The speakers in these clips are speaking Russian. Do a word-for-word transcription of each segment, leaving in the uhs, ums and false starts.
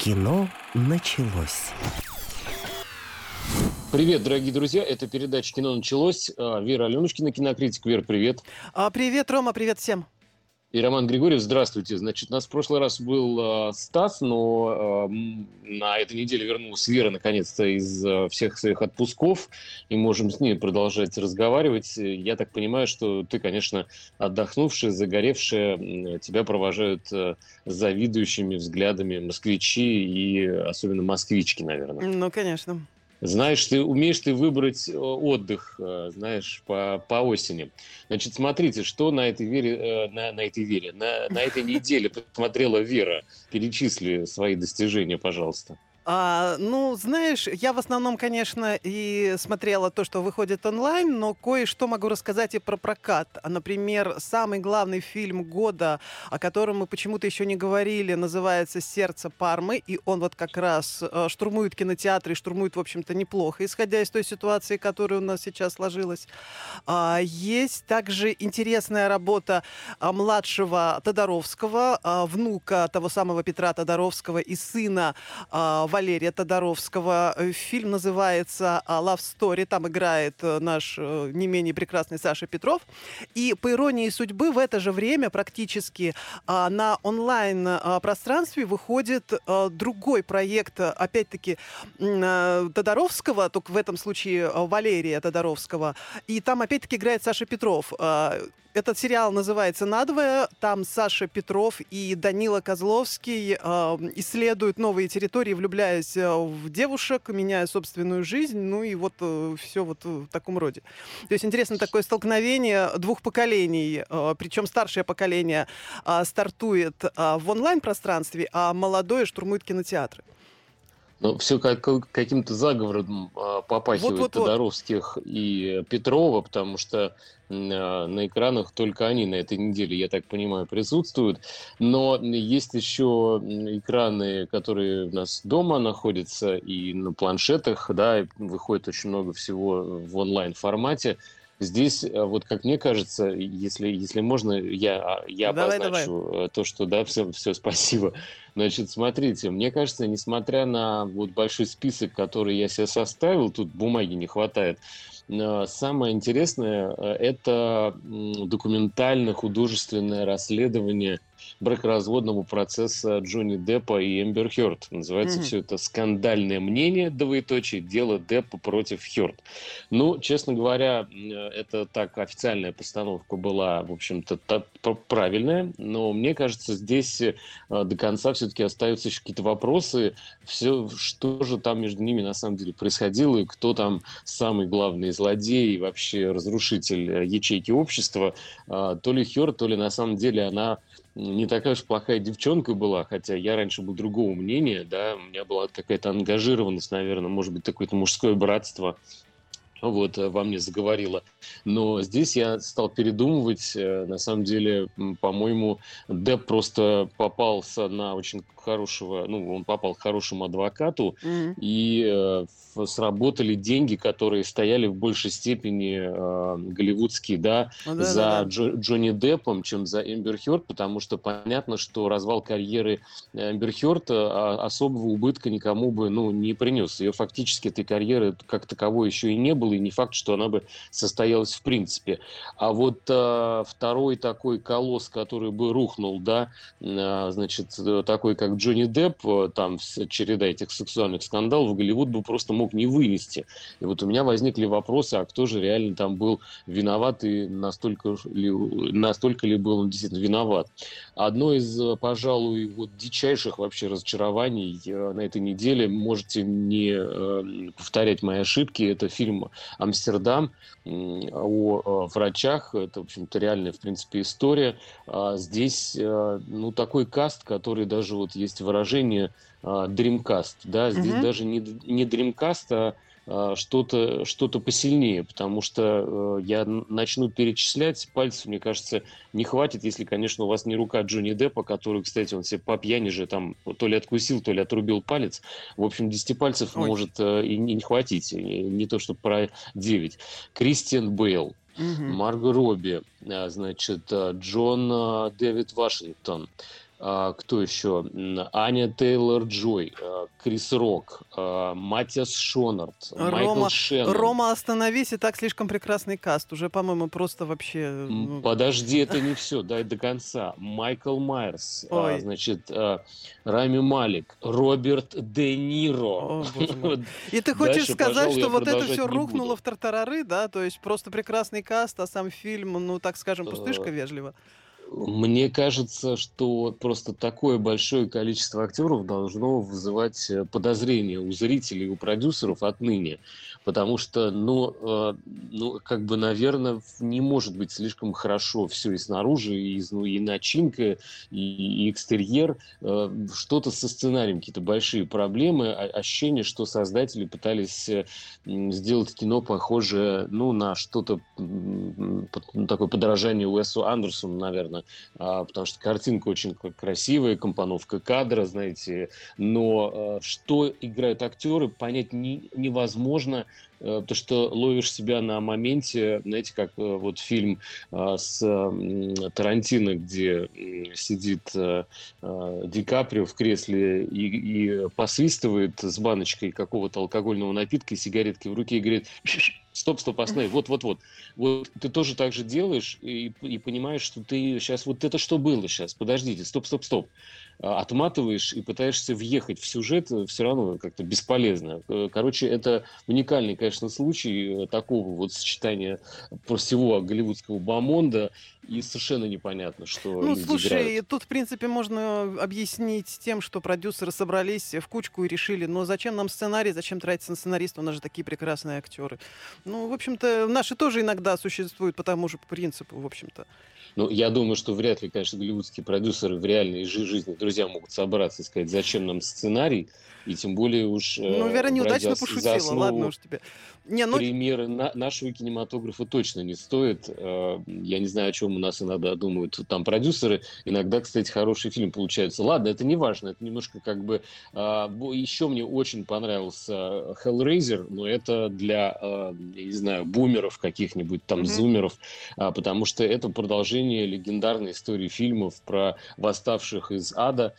Кино началось. Привет, дорогие друзья, это передача «Кино началось». А, Вера Аленушкина, кинокритик. Вер, привет. А, привет, Рома, привет всем. И Роман Григорьев, здравствуйте. Значит, у нас в прошлый раз был э, Стас, но э, м, на этой неделе вернулась Вера, наконец-то, из э, всех своих отпусков, и можем с ней продолжать разговаривать. Я так понимаю, что ты, конечно, отдохнувшая, загоревшая, м, тебя провожают э, завидующими взглядами москвичи и особенно москвички, наверное. Ну, конечно. Знаешь, ты умеешь ты выбрать э, отдых, э, знаешь, по, по осени. Значит, смотрите, что на этой вере, э, на, на этой вере, на, на этой неделе посмотрела Вера. Перечисли свои достижения, пожалуйста. А, ну, знаешь, я в основном, конечно, и смотрела то, что выходит онлайн, но кое-что могу рассказать и про прокат. А, Например, самый главный фильм года, о котором мы почему-то еще не говорили, называется «Сердце Пармы», и он вот как раз э, штурмует кинотеатры, и штурмует, в общем-то, неплохо, исходя из той ситуации, которая у нас сейчас сложилась. А, Есть также интересная работа а, младшего Тодоровского, а, внука того самого Петра Тодоровского и сына а, Валерия Тодоровского. Э, Фильм называется а, «Love Story». Там играет э, наш э, не менее прекрасный Саша Петров. И по иронии судьбы в это же время практически а, на онлайн-пространстве выходит а, другой проект, а, опять-таки, м, а, Тодоровского, только в этом случае а, Валерия Тодоровского. И там опять-таки играет Саша Петров. А, Этот сериал называется «Надвое». Там Саша Петров и Данила Козловский э, исследуют новые территории, влюбляясь э, в девушек, меняя собственную жизнь. Ну и вот э, все вот в таком роде. То есть интересно такое столкновение двух поколений. Э, причем старшее поколение э, стартует э, в онлайн-пространстве, а молодое штурмует кинотеатры. Но все как, каким-то заговором а, попахивает Вот-вот-вот. Тодоровских и Петрова, потому что м, а, на экранах только они на этой неделе, я так понимаю, присутствуют. Но есть еще м, экраны, которые у нас дома находятся, и на планшетах, да, и выходит очень много всего в онлайн-формате. Здесь, а, вот как мне кажется, если, если можно, я, я Давай, обозначу э, то, что, да, все, все, спасибо. Значит, смотрите, мне кажется, несмотря на вот большой список, который я себе составил, тут бумаги не хватает, э, самое интересное э, это м, документально-художественное расследование бракоразводного процесса Джонни Деппа и Эмбер Хёрд. Называется Мгм. все это «Скандальное мнение, двоеточие, дело Деппа против Хёрд». Ну, честно говоря, м, это так официальная постановка была, в общем-то, та- п- правильная, но мне кажется, здесь э, до конца все-таки остаются еще какие-то вопросы, все, что же там между ними на самом деле происходило, и кто там самый главный злодей и вообще разрушитель э, ячейки общества. А, То ли Хёрд, то ли на самом деле она не такая уж плохая девчонка была, хотя я раньше был другого мнения, да, у меня была какая-то ангажированность, наверное, может быть, какое-то мужское братство, вот, э, во мне заговорила. Но здесь я стал передумывать. э, На самом деле, м, по-моему, Депп просто попался на очень хорошего, ну, он попал к хорошему адвокату, Мгм. и э, ф- сработали деньги, которые стояли в большей степени э, голливудские, да, Ну за да-да-да. Джо- Джонни Деппом, чем за Эмбер Хёрд, потому что понятно, что развал карьеры Эмбер Хёрд э, а- особого убытка никому бы, ну, не принес. Ее фактически этой карьеры как таковой еще и не было, и не факт, что она бы состоялась в принципе. А вот э, второй такой колосс, который бы рухнул, да, э, значит, э, такой как Джонни Депп, э, там с- череда этих сексуальных скандалов, Голливуд бы просто мог не вынести. И вот у меня возникли вопросы, а кто же реально там был виноват и настолько ли, настолько ли был он действительно виноват. Одно из, э, пожалуй, вот дичайших вообще разочарований э, на этой неделе, можете не э, повторять мои ошибки, это фильм «Амстердам» м, о э, врачах. Это, в общем-то, реальная, в принципе, история. А Здесь, э, ну, такой каст, который даже вот есть выражение а, Dreamcast, да, здесь Мгм. даже не, д- не Dreamcast, а а, что-то что-то посильнее, потому что э, я н- начну перечислять, пальцев, мне кажется, не хватит, если, конечно, у вас не рука Джонни Деппа, который, кстати, он себе по пьяни же там то ли откусил, то ли отрубил палец. В общем, десяти пальцев Ой. может э, и не не хватить, и не то, что про девять. Кристиан Бейл, Мгм. Марго Робби, а, значит, а, Джон а, Дэвид Вашингтон, А, кто еще? М, Аня Тейлор-Джой, а, Крис Рок, а, Матиас Шонард, Майкл Рома, Шеннон. Рома, остановись, и так слишком прекрасный каст. Уже, по-моему, просто вообще... М, ну, Подожди, это не все, дай до конца. Майкл Майерс, а, Ой, значит, а, Рами Малик, Роберт Де Ниро. о, боже мой. Вот. И ты хочешь Дальше, сказать, пожалуй, что я вот это продолжать все не рухнуло буду. в тартарары, да? То есть просто прекрасный каст, а сам фильм, ну, так скажем, Э, пустышка вежливо. Мне кажется, что просто такое большое количество актеров должно вызывать э, подозрения у зрителей, у продюсеров отныне. Потому что, ну, э, ну, как бы, наверное, не может быть слишком хорошо все и снаружи, и, из- ну, и начинка, и, и экстерьер. Э, Что-то со сценарием, какие-то большие проблемы. А- Ощущение, что создатели пытались э, м, сделать кино похожее, ну, на что-то, м, под- ну, такое подражание Уэсу Андерсону, наверное, а, потому что картинка очень к- красивая, компоновка кадра, знаете, но э, что играют актеры, понять не- невозможно, э, потому что ловишь себя на моменте, знаете, как э, вот фильм э, с м, Тарантино, где м, сидит э, э, Ди Каприо в кресле и, и посвистывает с баночкой какого-то алкогольного напитка и сигаретки в руке и говорит: стоп, стоп, останови, вот-вот-вот. Вот ты тоже так же делаешь и, и понимаешь, что ты сейчас, вот это что было сейчас, подождите, стоп, стоп, стоп. А, Отматываешь и пытаешься въехать в сюжет, э, все равно как-то бесполезно. Э, Короче, это уникальный, конечно, случай э, такого вот сочетания про всего голливудского бомонда, и совершенно непонятно, что Ну, люди слушай, играют. тут, в принципе, можно объяснить тем, что продюсеры собрались в кучку и решили, ну, зачем нам сценарий, зачем тратиться на сценариста, у нас же такие прекрасные актеры. Ну, в общем-то, наши тоже иногда существуют по тому же принципу, в общем-то. Ну, я думаю, что вряд ли, конечно, голливудские продюсеры в реальной жи- жизни, друзья, могут собраться и сказать, зачем нам сценарий, и тем более уж Ну, э, Вера брать за, неудачно за пошутила, ладно основу уж тебе. Не, ну, примеры на- нашего кинематографа точно не стоит. Э, Я не знаю, о чем у нас иногда думают там продюсеры. Иногда, кстати, хороший фильм получается. Ладно, это не важно, это немножко как бы... а, бо- Еще мне очень понравился Hellraiser, но это для, э, я не знаю, бумеров каких-нибудь, там, мгм. зумеров, а, потому что это продолжение легендарной истории фильмов про восставших из ада,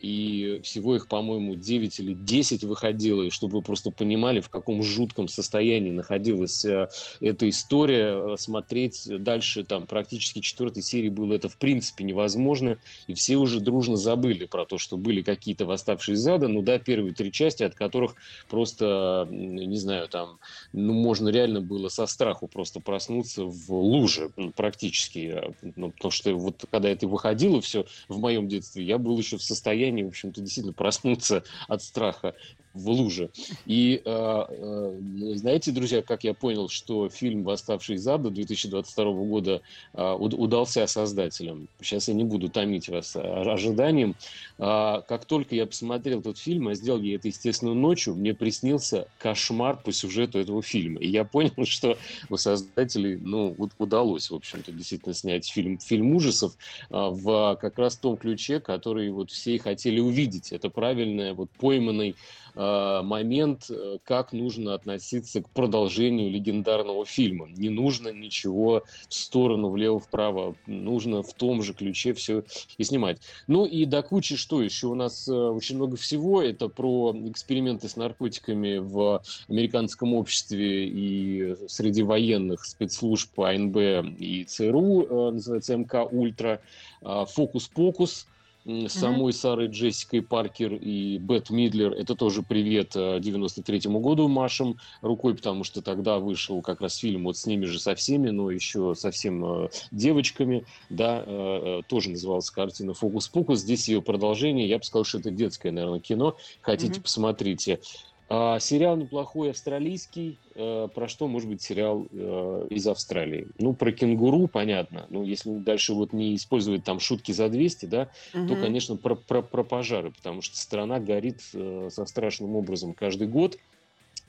и всего их, по-моему, девять или десять выходило, и чтобы вы просто понимали, в каком жутком состоянии находилась э, эта история, э, смотреть дальше, там, практически четвертой серии было это в принципе невозможно, и все уже дружно забыли про то, что были какие-то восставшие из ада, ну да, первые три части, от которых просто, м, не знаю, там, ну, можно реально было со страху просто проснуться в луже, м, практически, э, ну, потому что вот когда это выходило все в моем детстве, я был еще в состоянии, в общем-то, действительно проснуться от страха в луже. И э, э, знаете, друзья, как я понял, что фильм «Восставший из ада» две тысячи двадцать второго года э, уд- удался создателям. Сейчас я не буду томить вас о- ожиданием. А, как только я посмотрел этот фильм, а сделал я это, естественно, ночью, мне приснился кошмар по сюжету этого фильма. И я понял, что у создателей, ну, вот удалось, в общем-то, действительно снять фильм, фильм ужасов а, в как раз том ключе, который вот все и хотели увидеть. Это правильный, вот пойманный а, момент, э, как нужно относиться к продолжению легендарного фильма. Не нужно ничего в сторону, влево-вправо. Нужно в том же ключе все и снимать. Ну и до кучи, что еще? У нас э, очень много всего. Это про эксперименты с наркотиками в американском обществе и среди военных спецслужб АНБ и ЦРУ, э, называется МК Ультра. А, Фокус-покус м, с Мгм. самой Сарой Джессикой Паркер и Бет Мидлер. Это тоже привет э, девяносто третьему году машем рукой, потому что тогда вышел как раз фильм вот с ними же со всеми, но еще совсем э, девочками, да, э, э, тоже называлась картина «Фокус-покус». Здесь ее продолжение. Я бы сказал, что это детское, наверное, кино. Хотите, Мгм. посмотрите. А, сериал неплохой, австралийский. Э, про что может быть сериал э, из Австралии? Ну, про кенгуру, понятно. Ну, если дальше вот не использовать там шутки за двести, да, то, Мгм. конечно, про, про, про пожары, потому что страна горит э, со страшным образом каждый год.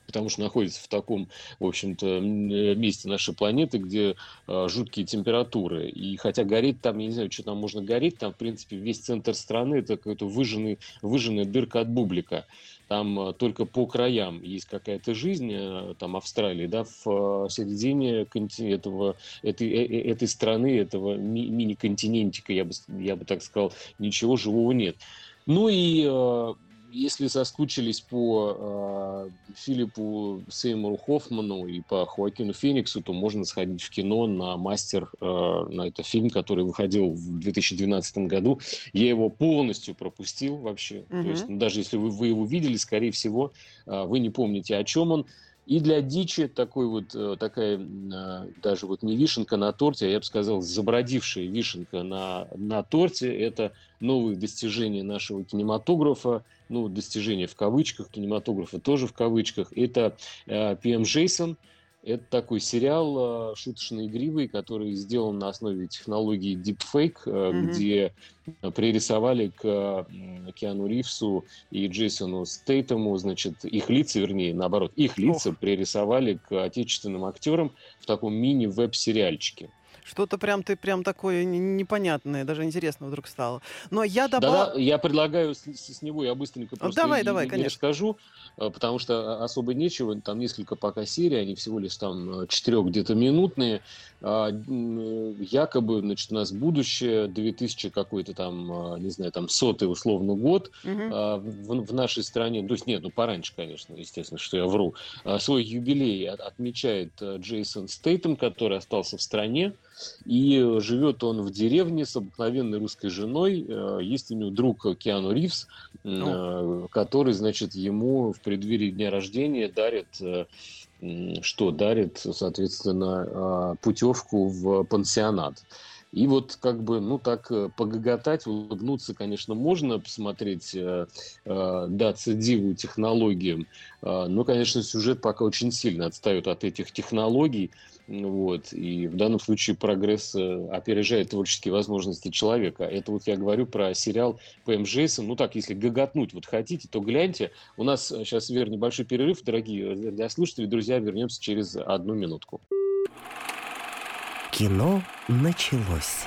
потому что находится в таком, в общем-то, м, э, месте нашей планеты, где э, жуткие температуры. И хотя горит там, я не знаю, что там можно гореть, там, в принципе, весь центр страны — это какая-то выжженный, выжженная дырка от бублика. Там э, только по краям есть какая-то жизнь, э, там, Австралии, да, в э, середине конти- этого, этой, э- э- этой страны, этого ми- мини-континентика, я бы, с- я бы так сказал, ничего живого нет. Ну и э, если соскучились по э, Филиппу Сеймуру Хоффману и по Хоакину Фениксу, то можно сходить в кино на «Мастер», э, на этот фильм, который выходил в две тысячи двенадцатом году. Я его полностью пропустил вообще. То есть, Мгм. ну, даже если вы, вы его видели, скорее всего, э, вы не помните, о чем он. И для дичи такой вот, э, такая м, э, даже вот не вишенка на торте, а я бы сказал, забродившая вишенка на, на торте — это новые достижения нашего кинематографа, ну, достижения в кавычках, кинематографа тоже в кавычках. Это э, Пи Эм Джейсон. Это такой сериал э, шуточно-игривый, который сделан на основе технологии Deepfake, э, Мгм. где пририсовали к м, Киану Ривзу и Джейсону Стейтему, значит, их лица, вернее, наоборот, их лица Ох, пририсовали к отечественным актерам в таком мини-веб-сериальчике. что-то прям ты прям такое н- непонятное, даже интересно вдруг стало. Но я Да-да, добавлю... я предлагаю с, с- с него я быстренько просто и, Давай, давай, и- и конечно. расскажу, э, потому что особо нечего, там несколько пока серий, они всего лишь там э, четырех где-то минутные. А, м, э, Якобы, значит, у нас будущее, две тысячи какой-то там, э, не знаю, там сотый условно год Мгм. а, в, в нашей стране, то есть нет, ну пораньше, конечно, естественно, что я вру, а, свой юбилей от- отмечает э, Джейсон Стейтем, который остался в стране. И э, живет он в деревне с обыкновенной русской женой. Э, Есть у него друг э, Киану Ривз, м, О, э, который, значит, ему в преддверии дня рождения дарит, э, м, что дарит, соответственно, а, путевку в пансионат. И вот как бы, ну так, э, погоготать, улыбнуться, конечно, можно, посмотреть, э, э, даться диву технологиям, э, но, конечно, сюжет пока очень сильно отстает от этих технологий. Вот. И в данном случае прогресс э, опережает творческие возможности человека. Это вот я говорю про сериал Пи Эм Джейсон. Ну так, если гоготнуть вот хотите, то гляньте. У нас сейчас, Вер, небольшой перерыв, дорогие э, для слушателей. Друзья, вернемся через одну минутку. Кино началось.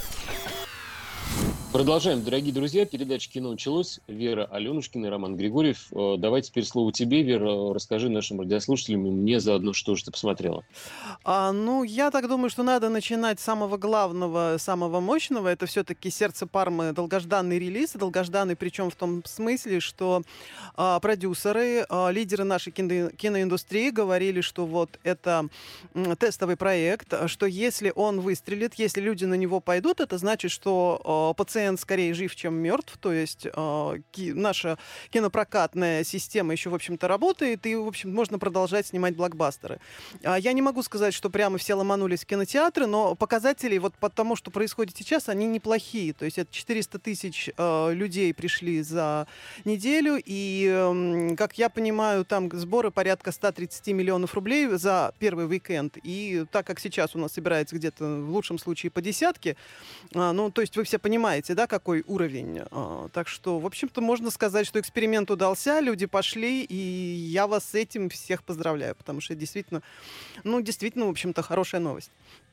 Продолжаем, дорогие друзья. Передача «Кино началось». Вера Аленушкина и Роман Григорьев. Э, Давай теперь слово тебе, Вера. Расскажи нашим радиослушателям и мне заодно, что же ты посмотрела. А, ну, я так думаю, что надо начинать с самого главного, самого мощного. Это все-таки «Сердце Пармы», долгожданный релиз, долгожданный, причем в том смысле, что а, продюсеры, а, лидеры нашей кино- киноиндустрии говорили, что вот это м, тестовый проект, а, что если он выстрелит, если люди на него пойдут, это значит, что а, пациент скорее жив, чем мертв, то есть а, ки- наша кинопрокатная система еще, в общем-то, работает, и, в общем, можно продолжать снимать блокбастеры. А, Я не могу сказать, что прямо все ломанулись в кинотеатры, но показатели вот по тому, что происходит сейчас, они неплохие. То есть это четыреста тысяч э, людей пришли за неделю, и, эм, как я понимаю, там сборы порядка ста тридцати миллионов рублей за первый уикенд. И так как сейчас у нас собирается где-то в лучшем случае по десятке, а, ну, то есть вы все понимаете, да, какой уровень. А, так что, в общем-то, можно сказать, что эксперимент удался, люди пошли, и я вас с этим всех поздравляю, потому что действительно, ну, действительно, в общем-то, хорошая новость.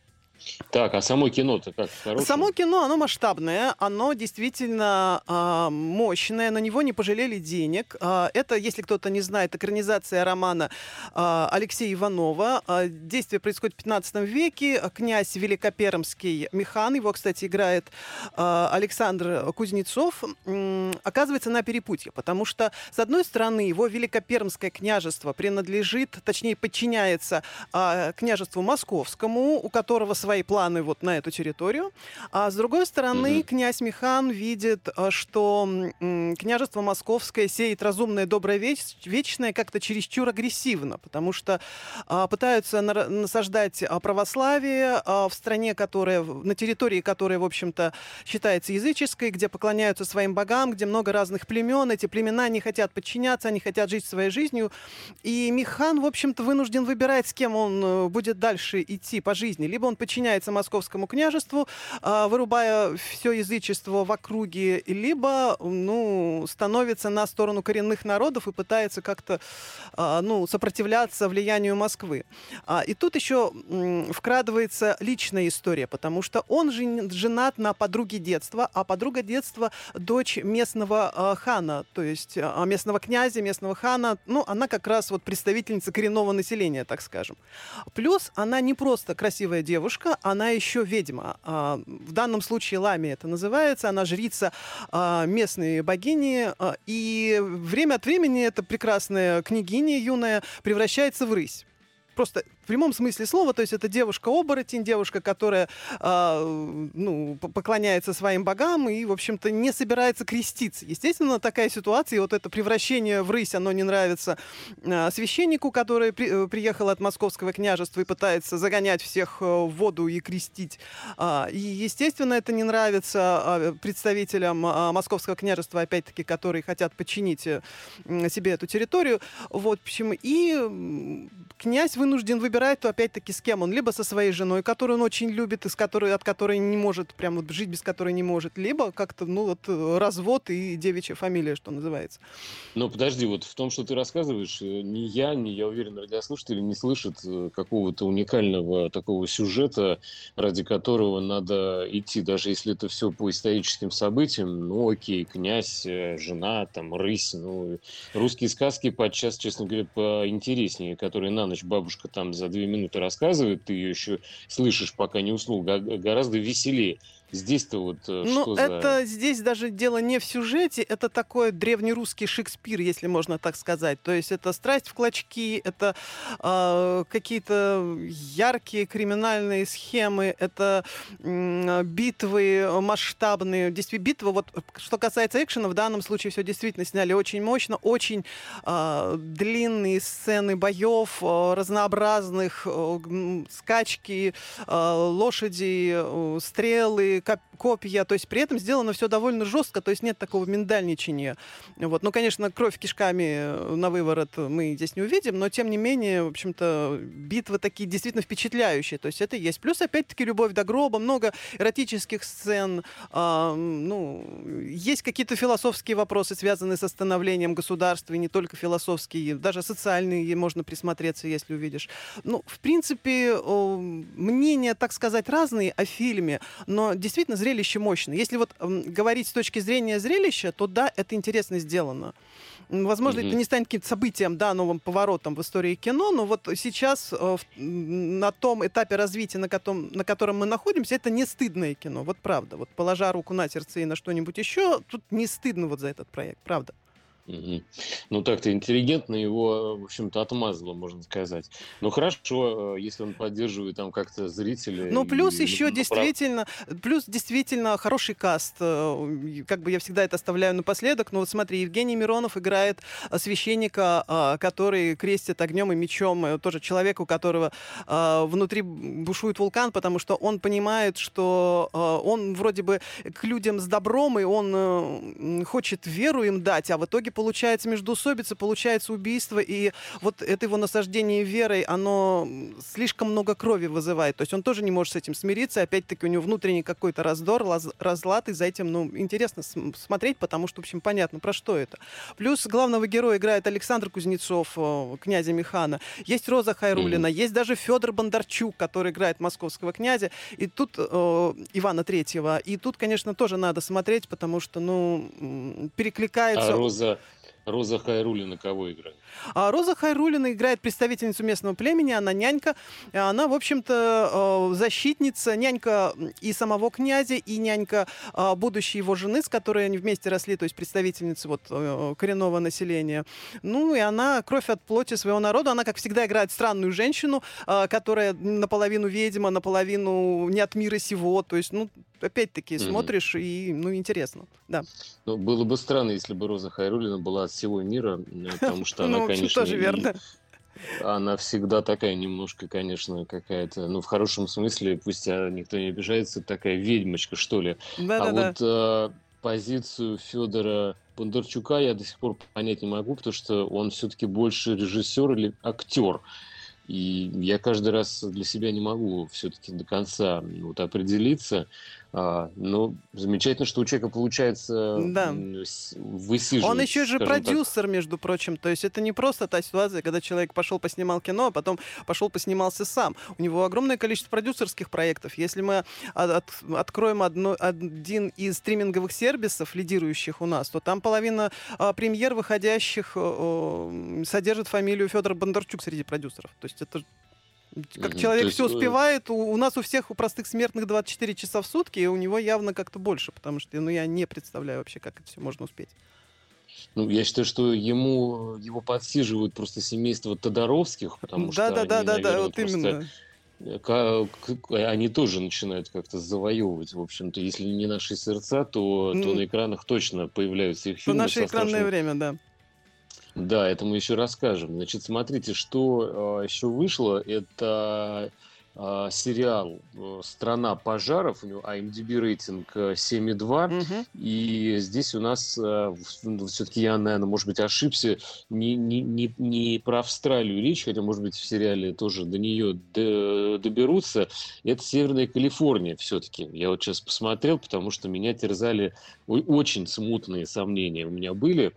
Так, а само кино-то как, Само хорошее? кино, оно масштабное, оно действительно а, мощное, на него не пожалели денег. А, это, если кто-то не знает, экранизация романа а, Алексея Иванова. А, действие происходит в пятнадцатом веке. Князь Великопермский Михан, его, кстати, играет а, Александр Кузнецов, м, оказывается на перепутье, потому что, с одной стороны, его Великопермское княжество принадлежит, точнее, подчиняется а, княжеству Московскому, у которого свои планы вот на эту территорию. А с другой стороны, Мгм. князь Михан видит, а, что м, княжество Московское сеет разумное, доброе, веч- вечное как-то чересчур агрессивно, потому что а, пытаются нара- насаждать а, православие а, в стране, которая, в- на территории, которая, в общем-то, считается языческой, где поклоняются своим богам, где много разных племен. Эти племена не хотят подчиняться, они хотят жить своей жизнью. И Михан, в общем-то, вынужден выбирать, с кем он э, будет дальше идти по жизни. Либо он подчиняется подчиняется московскому княжеству, а, вырубая все язычество в округе, либо, ну, становится на сторону коренных народов и пытается как-то, а, ну, сопротивляться влиянию Москвы. А, и тут еще м, вкрадывается личная история, потому что он жен- женат на подруге детства, а подруга детства — дочь местного а, хана, то есть а, местного князя, местного хана. Ну, она как раз вот представительница коренного населения, так скажем. Плюс она не просто красивая девушка, она еще ведьма. А, в данном случае Ламия это называется. Она жрица а, местной богини. а, И время от времени эта прекрасная княгиня юная превращается в рысь. Просто в прямом смысле слова, то есть это девушка-оборотень, девушка, которая а, ну, п- поклоняется своим богам и, в общем-то, не собирается креститься. Естественно, такая ситуация, и вот это превращение в рысь, оно не нравится а, священнику, который при- э, приехал от московского княжества и пытается загонять всех э, в воду и крестить. А, и, естественно, это не нравится а, представителям а, московского княжества, опять-таки, которые хотят подчинить э, м, себе эту территорию. Вот, в общем, и м, князь вынужден выбирать, то опять-таки с кем он. Либо со своей женой, которую он очень любит, и с которой, от которой не может, прям вот жить без которой не может. Либо как-то, ну вот, э, развод и девичья фамилия, что называется. Но подожди, вот в том, что ты рассказываешь, э, ни я, ни, я уверен, радиослушатели не слышат э, какого-то уникального такого сюжета, ради которого надо идти, даже если это все по историческим событиям. Ну, окей, князь, э, жена, там, рысь. Ну, русские сказки подчас, честно говоря, поинтереснее, которые на ночь бабушка там за две минуты рассказывает, ты ее еще слышишь, пока не уснул, га- гораздо веселее. Здесь-то вот э, Ну, что за... это здесь даже дело не в сюжете, это такой древнерусский Шекспир, если можно так сказать. То есть это страсть в клочки, это а, какие-то яркие криминальные схемы, это м, битвы масштабные. Действительно, битвы, вот что касается экшена, в данном случае все действительно сняли очень мощно, очень а, длинные сцены боев, а, разнообразных, а, м, скачки, а, лошади, а, стрелы, коп- копья, то есть при этом сделано все довольно жестко, то есть нет такого миндальничания. Вот. Ну, конечно, кровь кишками на выворот мы здесь не увидим, но тем не менее, в общем-то, битвы такие действительно впечатляющие, то есть это есть. Плюс, опять-таки, любовь до гроба, много эротических сцен, а, ну, есть какие-то философские вопросы, связанные со становлением государства, и не только философские, даже социальные можно присмотреться, если увидишь. Ну, в принципе, о, мнения, так сказать, разные о фильме, но действительно зрелище мощное. Если вот м, говорить с точки зрения зрелища, то да, это интересно сделано. М, Возможно, это Мгм. не станет каким-то событием, да, новым поворотом в истории кино, но вот сейчас э, в- м, на том этапе развития, на котором, на котором мы находимся, это не стыдное кино, вот правда. Вот положа руку на сердце и на что-нибудь еще, тут не стыдно вот за этот проект, правда. Мгм. Ну, так-то интеллигентно его, в общем-то, отмазало, можно сказать. Ну, хорошо, э, если он поддерживает там как-то зрителя Ну, плюс и еще направ- действительно, плюс действительно хороший каст. Э, и Как бы я всегда это оставляю напоследок, но вот смотри, Евгений Миронов играет а, священника, а, который крестит огнем и мечом, э, тоже человека, у которого а, внутри бушует вулкан, потому что он понимает, что а, он вроде бы к людям с добром, и он э, м, хочет веру им дать, а в итоге получается междоусобица, получается убийство, и вот это его насаждение верой, оно м, слишком много крови вызывает. То есть он тоже не может с этим смириться. Опять-таки у него внутренний какой-то раздор, лаз- разлад, и за этим, ну, интересно см- смотреть, потому что, в общем, понятно, про что это. Плюс главного героя играет Александр Кузнецов, э, князя Михана. Есть Роза Хайруллина, Мгм. есть даже Федор Бондарчук, который играет московского князя, и тут э, Ивана Третьего. И тут, конечно, тоже надо смотреть, потому что, ну, м, А перекликается. Роза, Роза Хайруллина кого играет? А Роза Хайруллина играет представительницу местного племени, она нянька. И Она, в общем-то, э, защитница, нянька и самого князя, и нянька э, будущей его жены, с которой они вместе росли, то есть представительницы вот, э, коренного населения. Ну, и она кровь от плоти своего народа. Она, как всегда, играет странную женщину, э, которая наполовину ведьма, наполовину не от мира сего. То есть, ну, опять-таки, Мгм. смотришь, и, ну, интересно. Да. Ну, было бы странно, если бы Роза Хайруллина была от всего мира, э, потому что она, Ну, в общем, конечно, тоже и верно. она всегда такая немножко, конечно, какая-то, ну, в хорошем смысле, пусть а, никто не обижается, такая ведьмочка, что ли. А Да-да-да. вот э, позицию Федора Бондарчука я до сих пор понять не могу, потому что он все-таки больше режиссер или актер. И я каждый раз для себя не могу все-таки до конца вот определиться. А, но замечательно, что у человека получается Да. м, с- Он высиживать, еще же скажем так. продюсер, между прочим. То есть это не просто та ситуация, когда человек пошел поснимал кино, а потом пошел поснимался сам. У него огромное количество продюсерских проектов. Если мы от- от- откроем одно- один из стриминговых сервисов, лидирующих у нас, то там половина а, премьер выходящих э, э, содержит фамилию Федор Бондарчук среди продюсеров. То есть это как Мгм. То человек есть, все э, успевает, у, у нас у всех, у простых смертных двадцать четыре часа в сутки, и у него явно как-то больше, потому что ну, я не представляю вообще, как это все можно успеть. ну, я считаю, что ему его подсиживают просто семейство Тодоровских, потому что они, Да-да-да-да-да, наверное, вот просто именно. э, ка- к- они тоже начинают как-то завоевывать, в общем-то, если не наши сердца, то, то М, на экранах точно появляются их То фильмы наше со экранное страшным. время, да. Да, это мы еще расскажем. Значит, смотрите, что еще вышло. Это а, сериал э, «Страна пожаров». У него IMDb рейтинг э, семь и два. Мгм. И здесь у нас, все-таки я, наверное, может быть, ошибся, не, не, не, не про Австралию речь, хотя, может быть, в сериале тоже до нее д- доберутся. Это Северная Калифорния все-таки. Я вот сейчас посмотрел, потому что меня терзали о- очень смутные сомнения у меня были.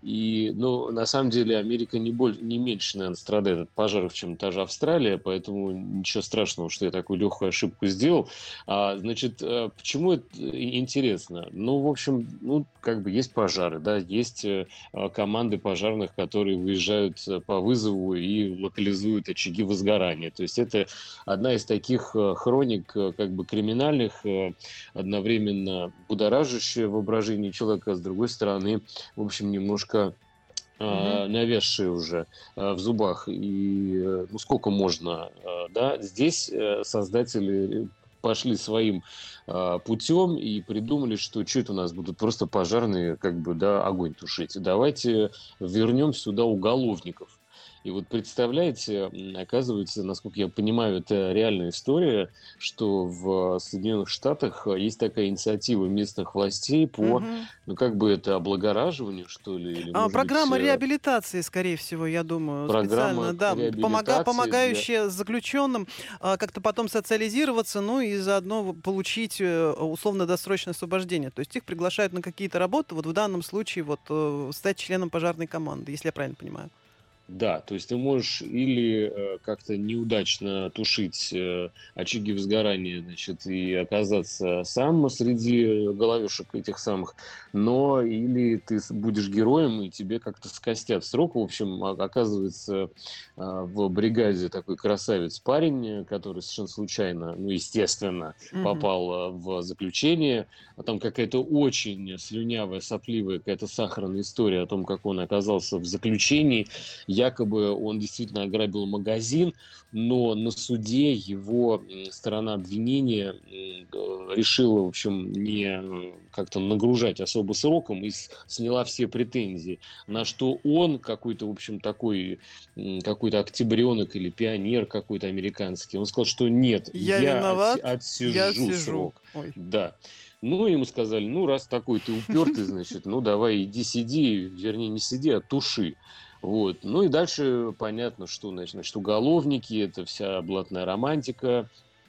И, ну, на самом деле, Америка не, боль, не меньше, наверное, страдает от пожаров, чем та же Австралия, поэтому ничего страшного, что я такую легкую ошибку сделал. А, значит, э, почему это и- интересно? Ну, в общем, ну, как бы есть пожары, да, есть э, а, команды пожарных, которые выезжают э, по вызову и локализуют очаги возгорания. То есть это одна из таких э, хроник, э, как бы криминальных, э, одновременно будоражащая воображение человека, а с другой стороны, в общем, немножко Мгм. а, навязшие уже а, в зубах. И э, ну сколько можно, а, да? Здесь э, создатели пошли своим а, путем и придумали, что что это у нас будут просто пожарные, как бы, да, огонь тушить. Давайте вернем сюда уголовников. И вот представляете, м, оказывается, насколько я понимаю, это реальная история, что в Соединенных Штатах э, есть такая инициатива местных властей по, Мгм. ну, как бы это облагораживанию, что ли, или, А, может быть, программа э, реабилитации, скорее всего, я думаю, специально, программа да, помога, реабилитации для... помогающая заключенным а, как-то потом социализироваться, ну и заодно в- получить э, условно-досрочное освобождение. То есть их приглашают на какие-то работы, вот в данном случае вот э, стать членом пожарной команды, если я правильно понимаю. Да, то есть ты можешь или э, как-то неудачно тушить э, очаги возгорания, значит, и оказаться сам среди головешек этих самых, но или ты с- будешь героем, и тебе как-то скостят срок. В общем, о- оказывается, а, в бригаде такой красавец парень, э, который совершенно случайно, ну, естественно, Мгм. попал э, в заключение, а там какая-то очень слюнявая, сопливая, какая-то сахарная история о том, как он оказался в заключении. Якобы он действительно ограбил магазин, но на суде его м, сторона обвинения м, э, решила, в общем, не э, как-то нагружать особо сроком и с- сняла все претензии. На что он какой-то, в общем, такой м, какой-то октябренок или пионер какой-то американский, он сказал, что нет, Я я отси- виноват, я отсижу сижу. срок. Ой. Да. Ну, ему сказали, ну, раз такой ты упертый, значит, ну, давай иди сиди, вернее, не сиди, а туши. Вот. Ну и дальше понятно, что значит, значит, уголовники, это вся блатная романтика.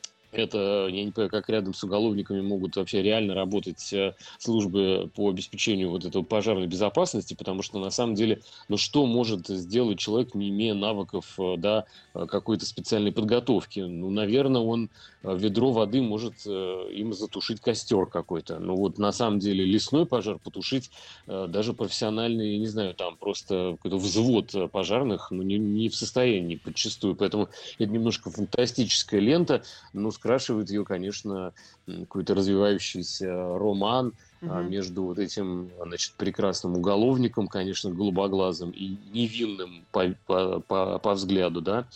Это, я не понимаю, как рядом с уголовниками могут вообще реально работать э, службы по обеспечению вот этого пожарной безопасности, потому что на самом деле, ну что может сделать человек, не имея навыков, э, да, э, какой-то специальной подготовки? Ну, наверное, он э, ведро воды может э, им затушить костер какой-то. Ну вот на самом деле лесной пожар потушить э, даже профессиональный, не знаю, там просто какой-то взвод э, пожарных, ну не, не в состоянии подчастую. Поэтому это немножко фантастическая лента, но скрашивает ее, конечно, м, какой-то развивающийся роман а, Мгм. между вот этим, значит, прекрасным уголовником, конечно, голубоглазым и невинным по, по, по- по взгляду, да,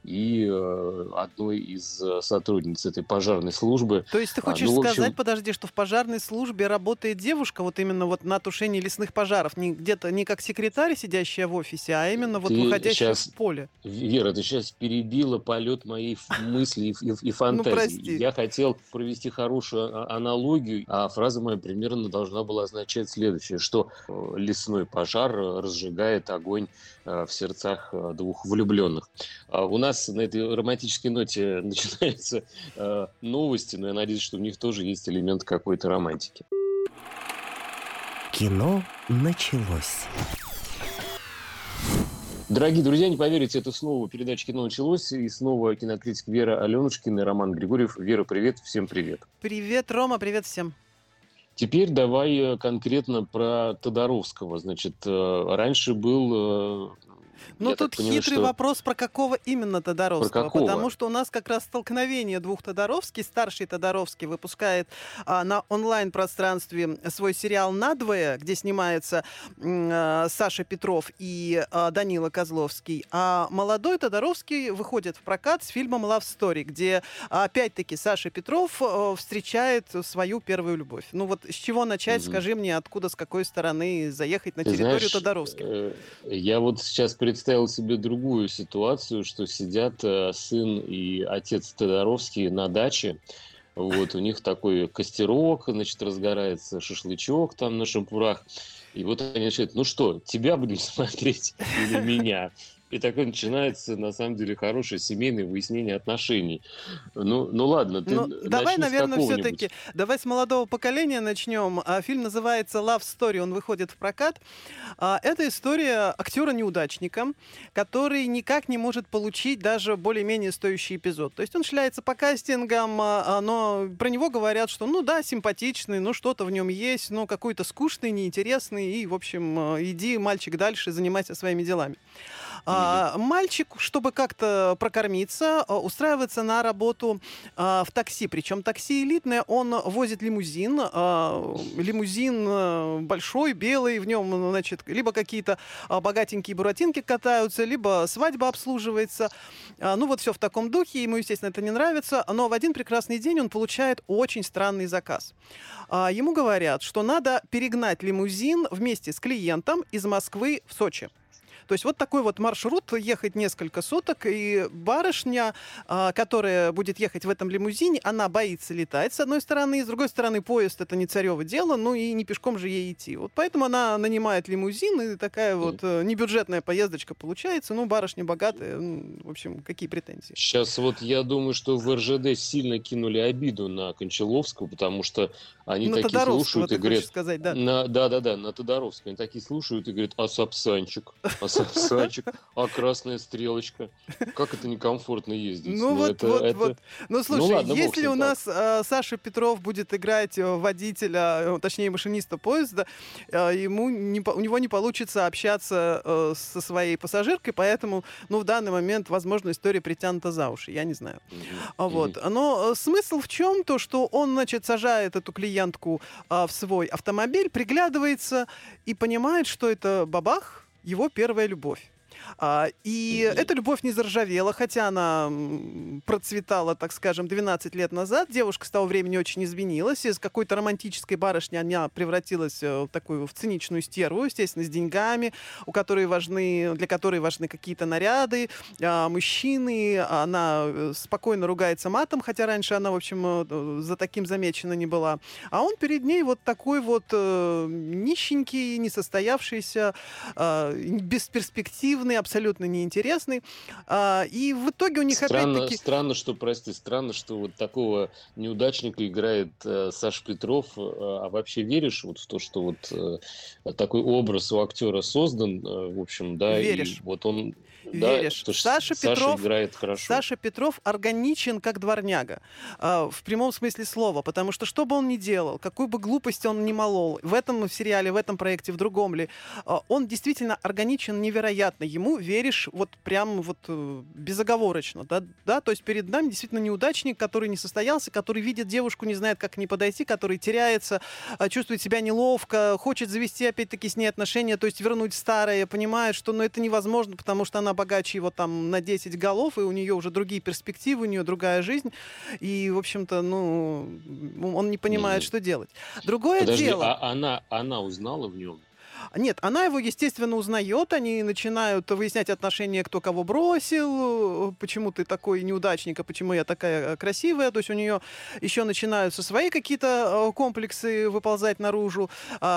и э, одной из э, сотрудниц этой пожарной службы. То есть ты А, хочешь ну, в сказать, общем, подожди, что в пожарной службе работает девушка вот именно вот на тушении лесных пожаров, не где-то не как секретарь, сидящая в офисе, а именно вот ты выходящая в сейчас поле? Вера, ты сейчас перебила полет моей ф- мысли и, ф- и ф- и Ну, фантазии. прости. Я хотел провести хорошую а- аналогию, а фраза моя примерно должна была означать следующее, что э, лесной пожар э, разжигает огонь э, в сердцах э, двух влюбленных. А У нас раз на этой романтической ноте начинаются э, новости, но я надеюсь, что в них тоже есть элемент какой-то романтики. Кино началось. Дорогие друзья, не поверите, это снова передача «Кино началось», и снова кинокритик Вера Аленушкина и Роман Григорьев. Вера, привет, всем привет. Привет, Рома, привет всем. Теперь давай конкретно про Тодоровского. Значит, раньше был... Ну, Я тут понимаю, хитрый что... вопрос, про какого именно Тодоровского. Про какого? Потому что у нас как раз столкновение двух Тодоровских. Старший Тодоровский выпускает а, на онлайн-пространстве свой сериал «Надвое», где снимается а, Саша Петров и а, Данила Козловский. А молодой Тодоровский выходит в прокат с фильмом «Love Story», где, опять-таки, Саша Петров а, встречает свою первую любовь. Ну вот с чего начать, Угу. скажи мне, откуда, с какой стороны заехать на Ты территорию знаешь, Тодоровских? э, я вот сейчас представил себе другую ситуацию, что сидят э, сын и отец Тодоровские на даче. Вот, у них такой костерок, значит, разгорается шашлычок там на шампурах. И вот они начинают, ну что, тебя будем смотреть или меня? И такое начинается, на самом деле, хорошее семейное выяснение отношений. Ну, ну ладно, ты Ну, давай, начни с наверное, какого-нибудь. все-таки, давай с молодого поколения начнем. А, Фильм называется «Love Story», он выходит в прокат. А, Это история актера-неудачника, который никак не может получить даже более-менее стоящий эпизод. То есть он шляется по кастингам, а, но про него говорят, что ну да, симпатичный, ну что-то в нем есть, но какой-то скучный, неинтересный, и, в общем, а, иди, мальчик, дальше, занимайся своими делами. А, Мальчик, чтобы как-то прокормиться, а, устраивается на работу а, в такси. Причем такси элитное, он возит лимузин. а, Лимузин а, большой, белый, в нем, значит, либо какие-то а, богатенькие буратинки катаются, либо свадьба обслуживается. А, Ну вот все в таком духе, ему, естественно, это не нравится. Но в один прекрасный день он получает очень странный заказ. А, Ему говорят, что надо перегнать лимузин вместе с клиентом из Москвы в Сочи. То есть вот такой вот маршрут, ехать несколько суток, и барышня, а, которая будет ехать в этом лимузине, она боится летать, с одной стороны, и с другой стороны, поезд — это не царево дело, ну и не пешком же ей идти. Вот поэтому она нанимает лимузин, и такая вот э, небюджетная поездочка получается. Ну, барышня богатая, ну, в общем, какие претензии? Сейчас вот я думаю, что в эр жэ дэ сильно кинули обиду на Кончаловского, потому что они На такие Тодоровского, слушают и ты говорят... хочешь сказать, да? На, да-да-да, на Тодоровского. Они такие слушают и говорят, а Сапсанчик, а Сапсанчик, а красная стрелочка. Как это некомфортно ездить? Ну вот, это, вот, это... вот. Ну слушай, ладно, бог с если ним, у так. нас э, Саша Петров будет играть э, водителя, э, точнее машиниста поезда, э, ему не, по- у него не получится общаться э, со своей пассажиркой, поэтому, ну, в данный момент, возможно, история притянута за уши, я не знаю. Мгм, А мгм. Вот. Но э, смысл в чем? То, что он, значит, сажает эту клиентку а, в свой автомобиль, приглядывается и понимает, что это бабах, его первая любовь. А, и Мгм. эта любовь не заржавела, хотя она м, процветала, так скажем, двенадцать лет назад. Девушка с того времени очень изменилась. Из какой-то романтической барышни она превратилась э, в такую в циничную стерву, естественно, с деньгами, у которой важны, для которой важны какие-то наряды, а, мужчины. Она э, спокойно ругается матом, хотя раньше она, в общем, э, за таким замечена не была. А он перед ней вот такой вот э, нищенький, несостоявшийся, э, бесперспективный, абсолютно неинтересный. А, и в итоге у них Странно, опять-таки... странно, что, прости, странно, что вот такого неудачника играет э, Саша Петров. Э, А вообще веришь вот в то, что вот э, такой образ у актера создан, э, в общем, да, Веришь. и вот он, да, Веришь. то, что Саша Саша Петров, играет хорошо. Саша Петров органичен как дворняга. а, В прямом смысле слова. Потому что что бы он ни делал, какую бы глупость он ни молол, в этом сериале, в этом проекте, в другом ли, а, он действительно органичен невероятно. Ему веришь вот прям вот э, безоговорочно. Да? Да? То есть перед нами действительно неудачник, который не состоялся, который видит девушку, не знает, как к ней подойти, который теряется, а, чувствует себя неловко, хочет завести опять-таки с ней отношения, то есть вернуть старое, понимает, что ну, это невозможно, потому что она богаче его там на десять голов, и у нее уже другие перспективы, у нее другая жизнь, и, в общем-то, ну, он не понимает, Мгм. что делать. Другое Подожди, дело... а она, она узнала в нем? Нет, она его, естественно, узнает, они начинают выяснять отношения, кто кого бросил, почему ты такой неудачник, а почему я такая красивая. То есть у нее еще начинаются свои какие-то комплексы выползать наружу.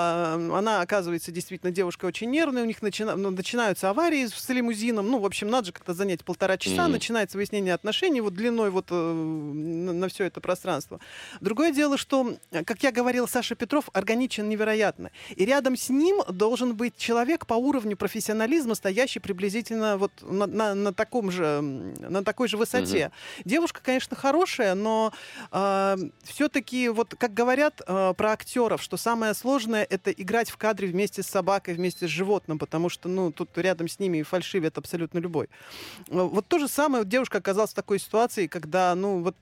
Она, оказывается, действительно девушка очень нервная, у них начина... начинаются аварии с лимузином. Ну, в общем, надо же как-то занять полтора часа, mm-hmm. начинается выяснение отношений вот длиной вот на, на все это пространство. Другое дело, что, как я говорил, Саша Петров органичен невероятно. И рядом с ним должен быть человек по уровню профессионализма, стоящий приблизительно вот на, на, на, таком же, на такой же высоте. Mm-hmm. Девушка, конечно, хорошая, но э, все-таки, вот как говорят э, про актеров, что самое сложное — это играть в кадре вместе с собакой, вместе с животным, потому что, ну, тут рядом с ними фальшивит абсолютно любой. Вот то же самое, вот девушка оказалась в такой ситуации, когда, ну, вот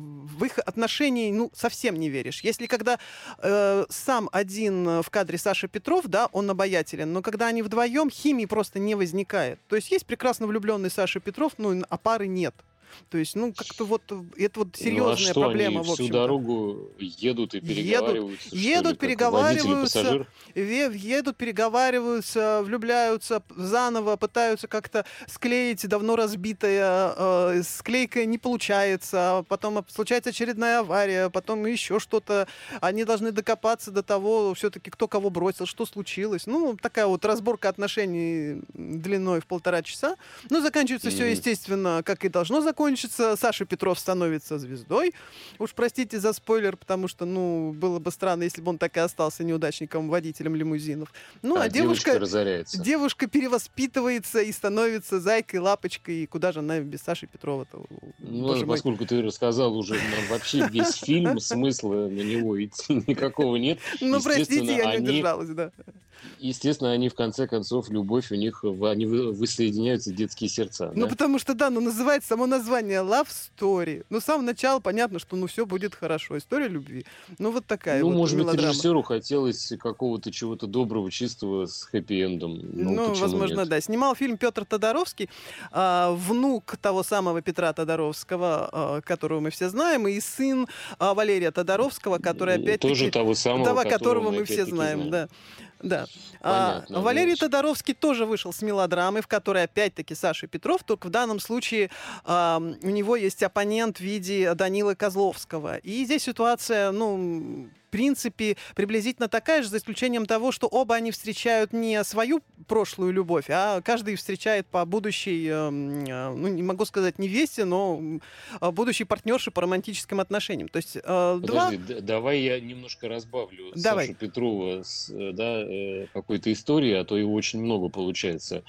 в их отношении, ну, совсем не веришь. Если когда э, сам один в кадре Саша Петров, да, он обаятелен, но когда они вдвоем, химии просто не возникает. То есть есть прекрасно влюбленный Саша Петров, ну, а пары нет. То есть, ну, как-то вот это вот серьезная ну, а что, проблема, они в общем-то. Всю дорогу едут и переговариваются? Едут, едут ли, переговариваются, едут, переговариваются, влюбляются заново, пытаются как-то склеить давно разбитое, э, склейка не получается, потом случается очередная авария, потом еще что-то. Они должны докопаться до того, все-таки кто кого бросил, что случилось. Ну, такая вот разборка отношений длиной в полтора часа. Ну, заканчивается mm-hmm. все, естественно, как и должно закончиться. Кончится, Саша Петров становится звездой. Уж простите за спойлер, потому что, ну, было бы странно, если бы он так и остался неудачником, водителем лимузинов. Ну, а, а девушка, девушка разоряется. Девушка перевоспитывается и становится зайкой, лапочкой. И куда же она без Саши Петрова-то? Ну, поскольку ты рассказал уже нам вообще весь фильм, смысла на него идти никакого нет. Ну, простите, я не удержалась, да. Естественно, они в конце концов, любовь у них, они воссоединяются, детские сердца. Ну, потому что, да, ну, называется само название Love Story. Ну, с самого начала понятно, что, ну, все будет хорошо. История любви. Ну, вот такая ну, вот может мелодрама. быть, режиссеру хотелось какого-то чего-то доброго, чистого с хэппи-эндом. Ну, ну возможно, нет? да. Снимал фильм Петр Тодоровский, э, внук того самого Петра Тодоровского, э, которого мы все знаем, и сын э, Валерия Тодоровского, который опять-таки... Тоже того самого, того, которого, которого мы все знаем, знаем. да. Да. Понятно, а, Валерий Тодоровский тоже вышел с мелодрамой, в которой опять-таки Саша Петров, только в данном случае а, у него есть оппонент в виде Данилы Козловского. И здесь ситуация, ну, в принципе, приблизительно такая же, за исключением того, что оба они встречают не свою прошлую любовь, а каждый встречает по будущей, ну, не могу сказать невесте, но будущей партнерше по романтическим отношениям. То есть, Подожди, два... давай я немножко разбавлю давай. Сашу Петрова с, да, какой-то истории, а то его очень много получается.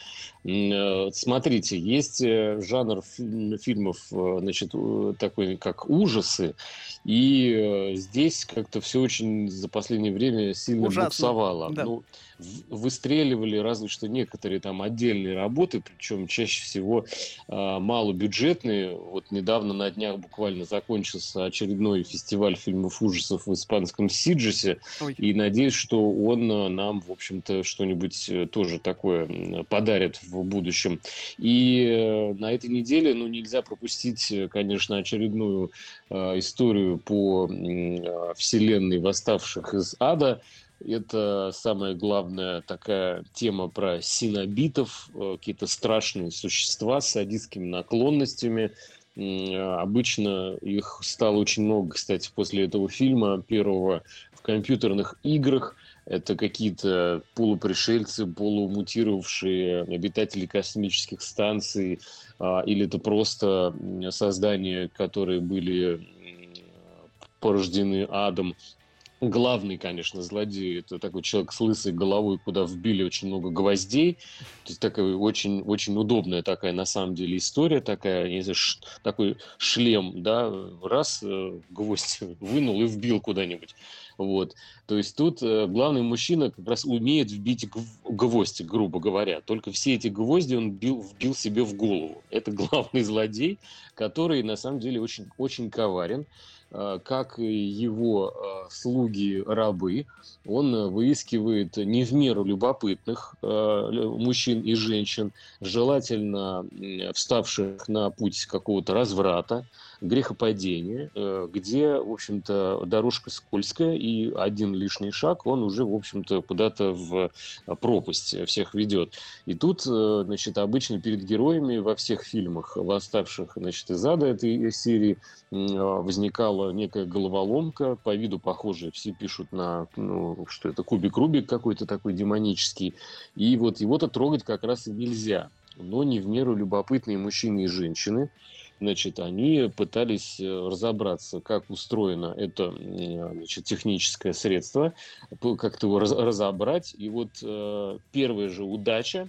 Смотрите, есть жанр фильмов, значит, такой, как ужасы, и здесь как-то все очень за последнее время сильно Ужасно. буксовало. Да. Ну, выстреливали разве что некоторые там отдельные работы, причем чаще всего э, малобюджетные. Вот недавно на днях буквально закончился очередной фестиваль фильмов ужасов в испанском Сиджесе, Ой. И надеюсь, что он э, нам, в общем-то, что-нибудь э, тоже такое подарит в будущем. И э, на этой неделе, ну, нельзя пропустить, конечно, очередную э, историю по э, вселенной восставших из ада. Это самая главная такая тема про синобитов, какие-то страшные существа с садистскими наклонностями. Обычно их стало очень много, кстати, после этого фильма, первого, в компьютерных играх. Это какие-то полупришельцы, полумутировавшие обитатели космических станций, или это просто создания, которые были порождены адом. Главный, конечно, злодей — это такой человек с лысой головой, куда вбили очень много гвоздей. То есть такая очень, очень удобная такая, на самом деле, история такая. Не знаю, ш, такой шлем, да, раз э, гвоздь вынул и вбил куда-нибудь. Вот. То есть тут э, главный мужчина как раз умеет вбить гв- гвоздь, грубо говоря. Только все эти гвозди он бил, вбил себе в голову. Это главный злодей, который, на самом деле, очень, очень коварен. э, как и его э, слуги-рабы, он э, выискивает не в меру любопытных э, лю- мужчин и женщин, желательно м, вставших на путь какого-то разврата, грехопадения, э, где, в общем-то, дорожка скользкая, и один лишний шаг, он уже, в общем-то, куда-то в э, пропасть всех ведет. И тут, э, значит, обычно перед героями во всех фильмах, восставших, значит, из ада этой серии, м, э, возникала некая головоломка, по виду похожая, все пишут на, ну, что это кубик-рубик какой-то такой демонический, и вот его-то трогать как раз и нельзя. Но не в меру любопытные мужчины и женщины, значит, они пытались э, разобраться, как устроено это м, значит, техническое средство, п- как-то его раз- разобрать. И вот э, первая же удача,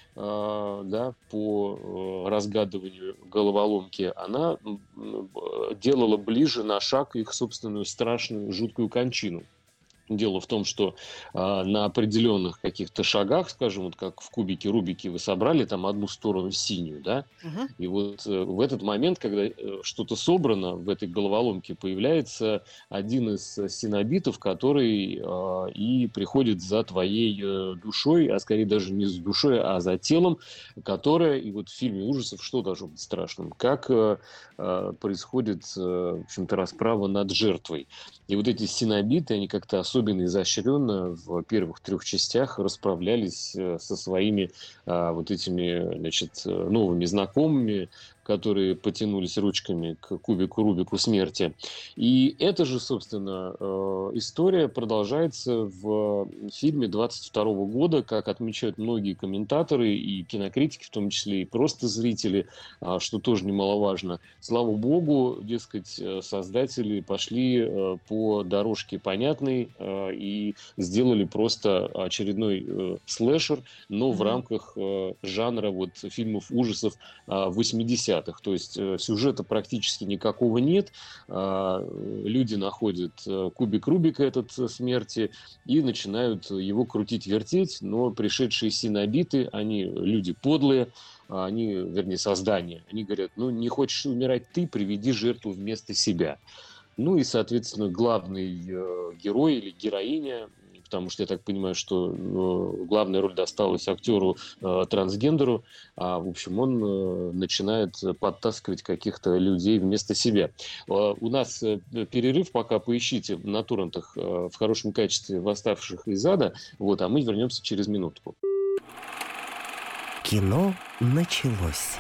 э, да, по э, разгадыванию головоломки, она м, м, б- делала ближе на шаг их собственную страшную, жуткую кончину. Дело в том, что а, на определенных каких-то шагах, скажем, вот как в кубике Рубике вы собрали там одну сторону синюю, да, Мгм. и вот э, в этот момент, когда э, что-то собрано в этой головоломке, появляется один из э, синобитов, который а, и приходит за твоей э, душой, а скорее даже не за душой, а за телом, которое, и вот в фильме ужасов что должно быть страшным? Как э, э, происходит, э, в общем-то, расправа над жертвой. И вот эти синобиты, они как-то особенно изощренно в первых трех частях расправлялись э, со своими а, вот этими, значит, э, новыми знакомыми, которые потянулись ручками к кубику Рубику смерти. И эта же, собственно, э, история продолжается в фильме двадцать второго года, как отмечают многие комментаторы и кинокритики, в том числе и просто зрители, а, что тоже немаловажно. Слава богу, дескать, э, создатели пошли э, по дорожке понятной э, и сделали просто очередной э, слэшер, но в Мгм. рамках э, жанра вот фильмов ужасов а, восьмидесятых. То есть э, сюжета практически никакого нет. А, э, Люди находят э, кубик Рубика этот э, смерти и начинают его крутить-вертеть, но пришедшие синобиты, они люди подлые, а они, вернее, создания. Они говорят, ну, не хочешь умирать ты, приведи жертву вместо себя. Ну и, соответственно, главный э, герой или героиня, потому что я так понимаю, что э, главная роль досталась актеру э, трансгендеру, а, в общем, он э, начинает подтаскивать каких-то людей вместо себя. Э, у нас э, перерыв, пока поищите на торрентах э, в хорошем качестве «Восставших из ада», вот, а мы вернемся через минутку. Кино началось.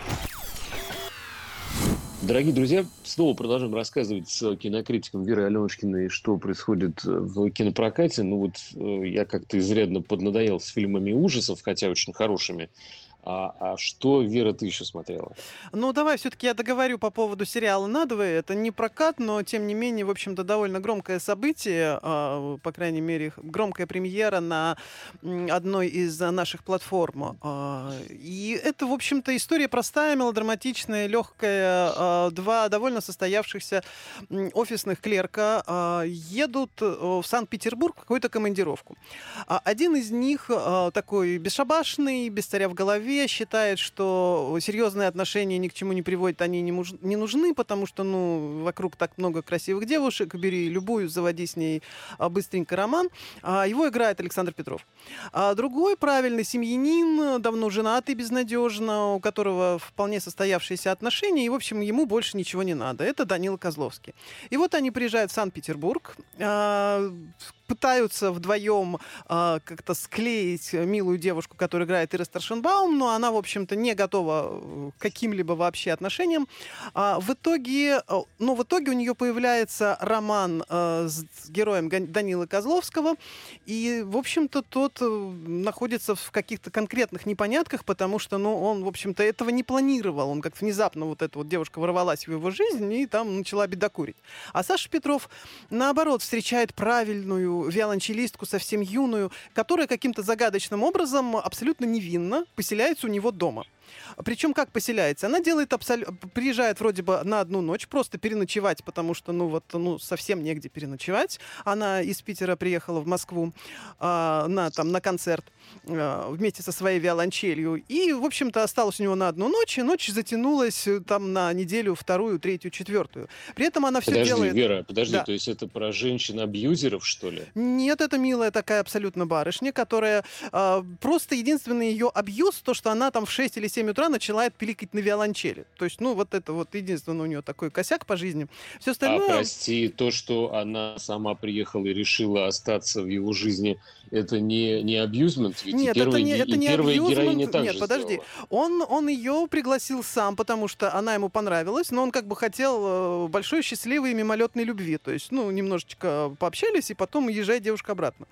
Дорогие друзья, снова продолжаем рассказывать с кинокритиком Верой Аленушкиной, что происходит в кинопрокате. Ну вот э, я как-то изрядно поднадоел с фильмами ужасов, хотя очень хорошими. А, а что, Вера, ты еще смотрела? Ну, давай все-таки я договорю по поводу сериала «Надвое». Это не прокат, но, тем не менее, в общем-то, довольно громкое событие, а, по крайней мере, х- громкая премьера на м, одной из а, наших платформ. А, И это, в общем-то, история простая, мелодраматичная, легкая. А, Два довольно состоявшихся м, офисных клерка а, едут э, в Санкт-Петербург в какую-то командировку. А Один из них а, такой бесшабашный, без царя в голове, считает, что серьезные отношения ни к чему не приводят, они не, муж- не нужны, потому что, ну, вокруг так много красивых девушек, бери любую, заводи с ней а, быстренько роман. А Его играет Александр Петров. А другой правильный семьянин, давно женатый безнадежно, у которого вполне состоявшиеся отношения, и, в общем, ему больше ничего не надо. Это Данила Козловский. И вот они приезжают в Санкт-Петербург, а, пытаются вдвоем а, как-то склеить милую девушку, которую играет Ира Старшенбаум, но она, в общем-то, не готова э, к каким-либо вообще отношениям. А, в итоге, э, но в итоге у нее появляется роман э, с с героем Ган- Данилы Козловского, и, в общем-то, тот э, находится в каких-то конкретных непонятках, потому что, ну, он, в общем-то, этого не планировал. Он как внезапно вот эта вот девушка ворвалась в его жизнь и там начала бедокурить. А Саша Петров, наоборот, встречает правильную виолончелистку, совсем юную, которая каким-то загадочным образом, абсолютно невинно, поселяется у него дома. Причем как поселяется? Она делает абсолютно... Приезжает вроде бы на одну ночь, просто переночевать, потому что, ну вот, ну, совсем негде переночевать. Она из Питера приехала в Москву а, на, там, на концерт а, вместе со своей виолончелью. И, в общем-то, осталась у него на одну ночь, и ночь затянулась э, там на неделю, вторую, третью, четвертую. При этом она все Подожди, делает... Вера, подожди, Да. то есть это про женщин-абьюзеров, что ли? Нет, это милая такая абсолютно барышня, которая а, просто единственный ее абьюз, то, что она там в шесть или семь утра начинает пиликать на виолончели. То есть, ну, вот это вот единственный у нее такой косяк по жизни. Все А остальное... прости, то, что она сама приехала и решила остаться в его жизни, это не, не абьюзмент? Ведь и Нет, это первая, не, ге- это и не первая героиня абьюзмент. так Нет, же подожди. сделала. Он, он ее пригласил сам, потому что она ему понравилась, но он как бы хотел э, большой, счастливой, мимолетной любви. То есть, ну, немножечко пообщались, и потом езжай, девушка, обратно.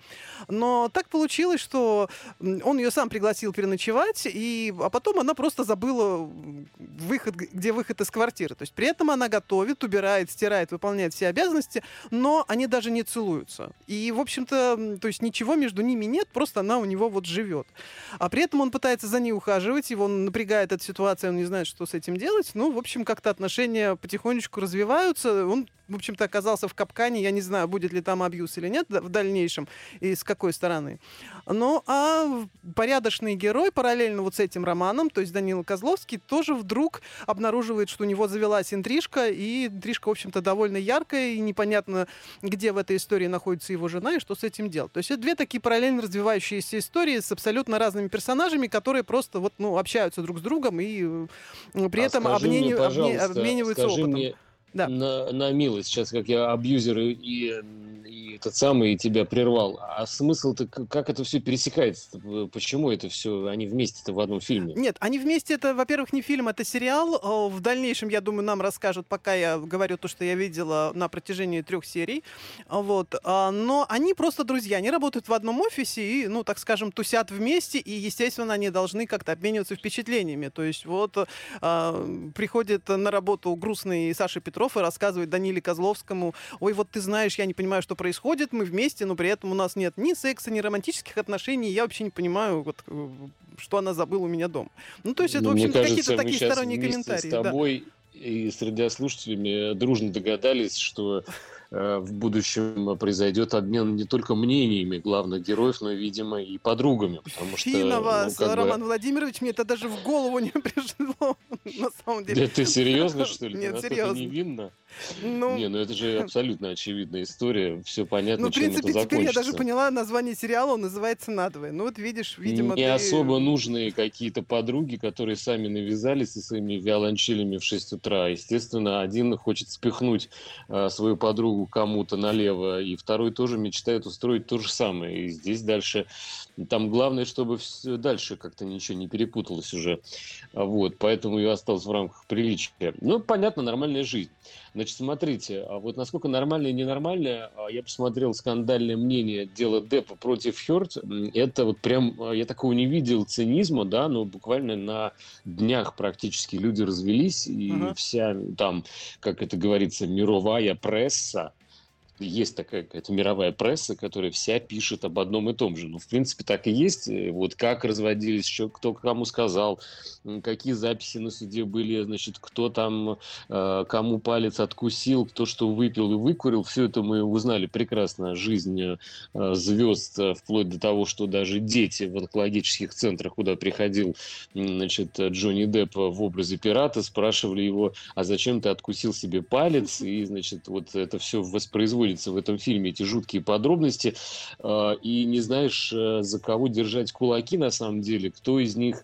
Но так получилось, что м, он ее сам пригласил переночевать, и, а потом она просто забыла м, выход, г- где выход из квартиры. То есть при этом она готовит, убирает, стирает, выполняет все обязанности, но они даже не целуются. И, в общем-то, м, то есть ничего между ними нет, просто она у него вот живет. А при этом он пытается за ней ухаживать, его напрягает эта ситуация, он не знает, что с этим делать. Ну, в общем, как-то отношения потихонечку развиваются. Он, в общем-то, оказался в капкане. Я не знаю, будет ли там абьюз или нет в дальнейшем, и с какой стороны. Ну, а порядочный герой параллельно вот с этим романом, то есть Данила Козловский, тоже вдруг обнаруживает, что у него завелась интрижка, и интрижка, в общем-то, довольно яркая, и непонятно, где в этой истории находится его жена, и что с этим делать. То есть это две такие параллельно развивающиеся истории с абсолютно разными персонажами, которые просто вот, ну, общаются друг с другом и э, при А этом скажи мне, обменив- обме- пожалуйста, обмениваются скажи опытом. мне Да. на, на милость, сейчас как я абьюзер и, и, и этот самый тебя прервал, а смысл-то, к- как это все пересекается? Почему это все, они вместе-то в одном фильме? Нет, они вместе, это, во-первых, не фильм, это сериал. О, В дальнейшем, я думаю, нам расскажут, пока я говорю то, что я видела на протяжении трех серий. А, Вот. А, Но они просто друзья, они работают в одном офисе и, ну, так скажем, тусят вместе, и, естественно, они должны как-то обмениваться впечатлениями. То есть вот а, приходит на работу грустный Саша Петров и рассказывает Даниле Козловскому: ой, вот ты знаешь, я не понимаю, что происходит, мы вместе, но при этом у нас нет ни секса, ни романтических отношений, я вообще не понимаю, вот, э, что она забыла у меня дома. Ну, то есть это, Ну, в мне общем-то, какие-то кажется, мы такие сейчас сторонние вместе с комментарии. Да. тобой и с радиослушателями дружно догадались, что э, в будущем произойдет обмен не только мнениями главных героев, но, видимо, и подругами, потому что, Фина ну, вас, как бы... Роман Владимирович, мне это даже в голову не пришло, на самом деле. Да ты серьезно, что ли? Ты Нет, настолько серьезно. невинна? Ну, Не, ну это же абсолютно очевидная история. Все ну, понятно, в чем это принципе, теперь я даже закончится. поняла название сериала, он называется «Надвое». Ну, вот видишь, видимо, Не ты... особо нужные какие-то подруги, которые сами навязались со своими виолончелями в шесть утра. Естественно, один хочет спихнуть э, свою подругу кому-то налево, и второй тоже мечтает устроить то же самое. И здесь дальше... Там главное, чтобы всё дальше как-то ничего не перепуталось уже. А Вот, поэтому и осталось в рамках приличия. Ну, понятно, нормальная жизнь. Значит, смотрите, а вот насколько нормальное и ненормальное, а, я посмотрел скандальное мнение дела Деппа против Хёрд. М, Это вот прям, а, я такого не видел цинизма, да, но буквально на днях практически люди развелись, и Ага. вся там, как это говорится, мировая пресса, есть такая какая-то мировая пресса, которая вся пишет об одном и том же. Ну, в принципе, так и есть. Э, Вот как разводились, что, кто кому сказал, м, какие записи на суде были, значит, кто там э, кому палец откусил, кто что выпил и выкурил. Все это мы узнали прекрасно. Жизнь э, звезд, э, вплоть до того, что даже дети в онкологических центрах, куда приходил, м, значит, Джонни Депп в образе пирата, спрашивали его: а зачем ты откусил себе палец? И, значит, вот это все воспроизводится в этом фильме, эти жуткие подробности, э, и не знаешь, э, за кого держать кулаки на самом деле, кто из них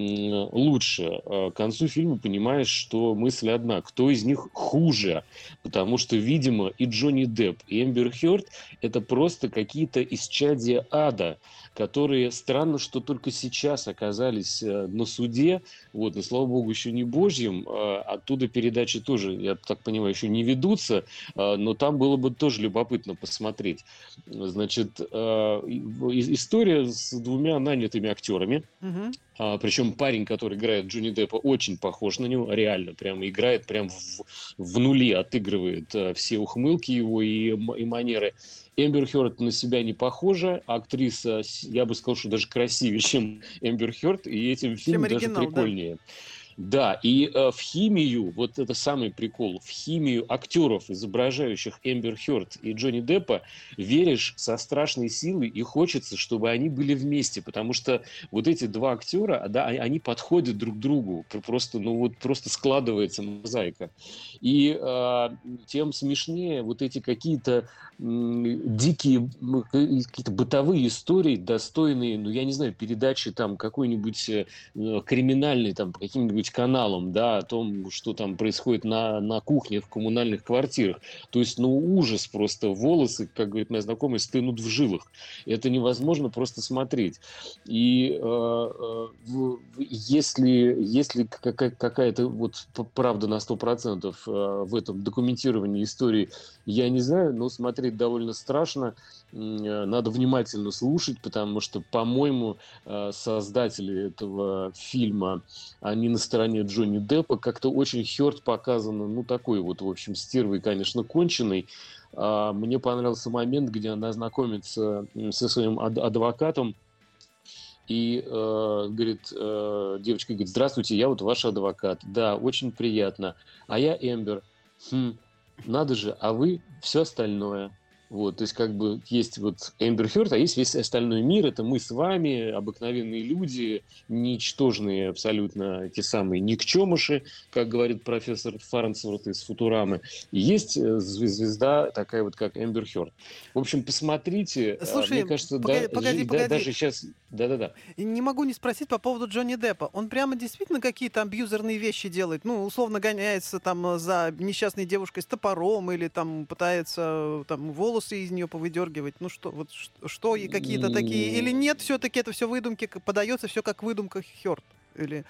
м, лучше. Э, К концу фильма понимаешь, что мысль одна: кто из них хуже, потому что, видимо, и Джонни Депп, и Эмбер Хёрд — это просто какие-то исчадия ада, которые, странно, что только сейчас оказались э, на суде, вот, но, слава богу, еще не божьим, э, оттуда передачи тоже, я так понимаю, еще не ведутся, э, но там было бы тоже любопытно посмотреть. Значит, э, и- история с двумя нанятыми актерами. Мгм. А, причем парень, который играет Джонни Деппа, очень похож на него, реально, прям играет прям в, в нуле, отыгрывает а, все ухмылки его и, м- и манеры. Эмбер Хёрд на себя не похожа, актриса, я бы сказал, что даже красивее, чем Эмбер Хёрд, и этим Чем фильмом даже оригинал, да. прикольнее. Да, и э, в химию, вот это самый прикол, в химию актеров, изображающих Эмбер Хёрд и Джонни Деппа, веришь со страшной силой и хочется, чтобы они были вместе, потому что вот эти два актера, да, они они подходят друг к другу, Пр- просто, ну вот просто складывается мозаика. И э, тем смешнее вот эти какие-то м, дикие м, какие-то бытовые истории, достойные, ну я не знаю, передачи там какой-нибудь э, э, криминальный там по каким-нибудь каналам, да, о том, что там происходит на, на кухне в коммунальных квартирах. То есть, ну, ужас просто. Волосы, как говорит моя знакомая, стынут в жилах. Это невозможно просто смотреть. И э, э, в- если, если какая- какая-то вот п- правда на сто процентов э, в этом документировании истории, я не знаю, но смотреть довольно страшно. М, э, Надо внимательно слушать, потому что, по-моему, э, создатели этого фильма, они на стороне Джонни Деппа. Как-то очень Хёрд показано, ну, такой вот, в общем, стервой, конечно, конченой. А, Мне понравился момент, где она знакомится м, со своим ад- адвокатом и э, говорит, э, девочка говорит: здравствуйте, я вот ваш адвокат. Да, очень приятно. А я Эмбер. Хм, надо же, а вы все остальное. Вот, то есть как бы есть вот Эмбер Хёрд, а есть весь остальной мир. Это мы с вами, обыкновенные люди, ничтожные абсолютно, эти самые никчемыши, как говорит профессор Фарнсворт из Футурамы. И есть э, зве- звезда такая вот, как Эмбер Хёрд. В общем, посмотрите. э, Мне Слушай, кажется, да, погоди, погоди, жи- да, погоди. даже сейчас... Да-да-да. И не могу не спросить по поводу Джонни Деппа. Он прямо действительно какие-то абьюзерные вещи делает? Ну, условно гоняется там э, за несчастной девушкой с топором или там пытается э, там волосы из нее повыдергивать. Ну что, вот ш- что и какие-то такие? Или нет, все-таки это все выдумки, к- подается все как выдумка Хёрд? Или...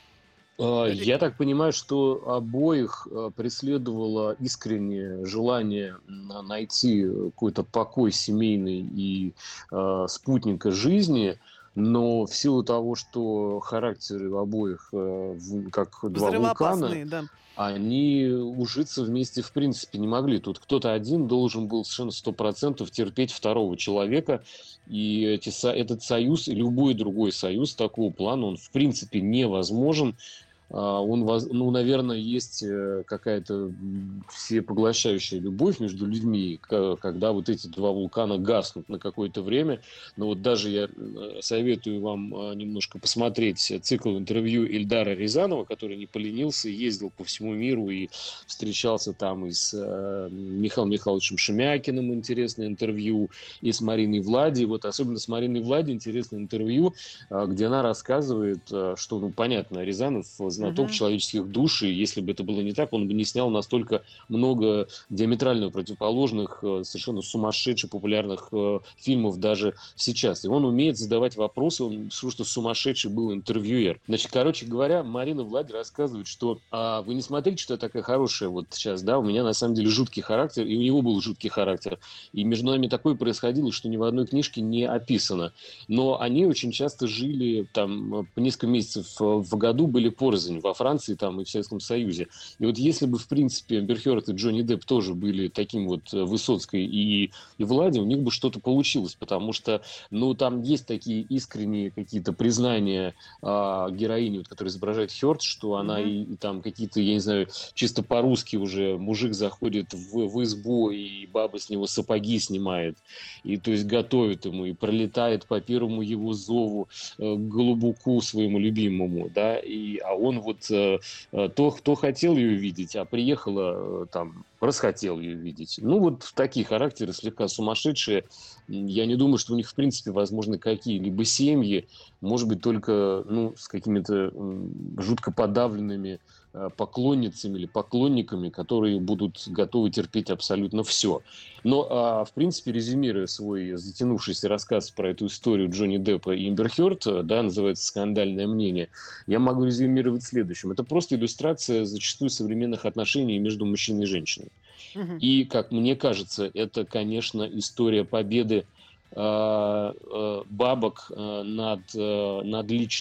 А, или- Я так понимаю, что обоих э, преследовало искреннее желание на- найти какой-то покой семейный и э, спутника жизни, но в силу того, что характеры у обоих э, в- как два вулкана, Взрывоопасные, да. они ужиться вместе в принципе не могли. Тут кто-то один должен был совершенно сто процентов терпеть второго человека, и эти, со- этот союз и любой другой союз такого плана, он в принципе невозможен. А, Он, воз- ну, наверное, есть э, какая-то м, всепоглощающая любовь между людьми, ка- когда вот эти два вулкана гаснут на какое-то время. Но вот даже я э, советую вам э, немножко посмотреть цикл интервью Ильдара Рязанова, который не поленился, ездил по всему миру и встречался там и с э, Михаилом Михайловичем Шемякиным, интересное интервью, и с Мариной Влади. Вот особенно с Мариной Влади интересное интервью, а, где она рассказывает, а, что, ну, понятно, Рязанов знаток Мгм. человеческих душ, и если бы это было не так, он бы не снял настолько много диаметрально противоположных, э, совершенно сумасшедших популярных э, фильмов даже сейчас. И он умеет задавать вопросы, он что сумасшедший был интервьюер. Значит, короче говоря, Марина Влади рассказывает, что а, вы не смотрите, что я такая хорошая вот сейчас, да, у меня на самом деле жуткий характер, и у него был жуткий характер. И между нами такое происходило, что ни в одной книжке не описано. Но они очень часто жили там по несколько месяцев э, в году, были порознь во Франции там и в Советском Союзе. И вот если бы, в принципе, Амбер Хёрд и Джонни Депп тоже были таким вот э, Высоцкой и, и Влади, у них бы что-то получилось, потому что, ну, там есть такие искренние какие-то признания а, героини, вот, которая изображает Хёрд, что она Мгм. и, и там какие-то, я не знаю, чисто по-русски уже мужик заходит в, в избу, и баба с него сапоги снимает, и то есть готовит ему, и пролетает по первому его зову э, к голубуку своему любимому, да, и, а он вот э, э, то, кто хотел ее видеть, а приехала э, там, расхотел ее видеть. Ну, вот такие характеры слегка сумасшедшие. М, Я не думаю, что у них, в принципе, возможны какие-либо семьи, может быть, только, ну, с какими-то м, жутко подавленными э, поклонницами или поклонниками, которые будут готовы терпеть абсолютно все. Но, а, в принципе, резюмируя свой затянувшийся рассказ про эту историю Джонни Деппа и Эмбер Хёрд, э, да, называется «Скандальное мнение», я могу резюмировать следующим. Это просто иллюстрация зачастую современных отношений между мужчиной и женщиной. Мгм. И, как мне кажется, это, конечно, история победы э, э, бабок э, над, э, над личным.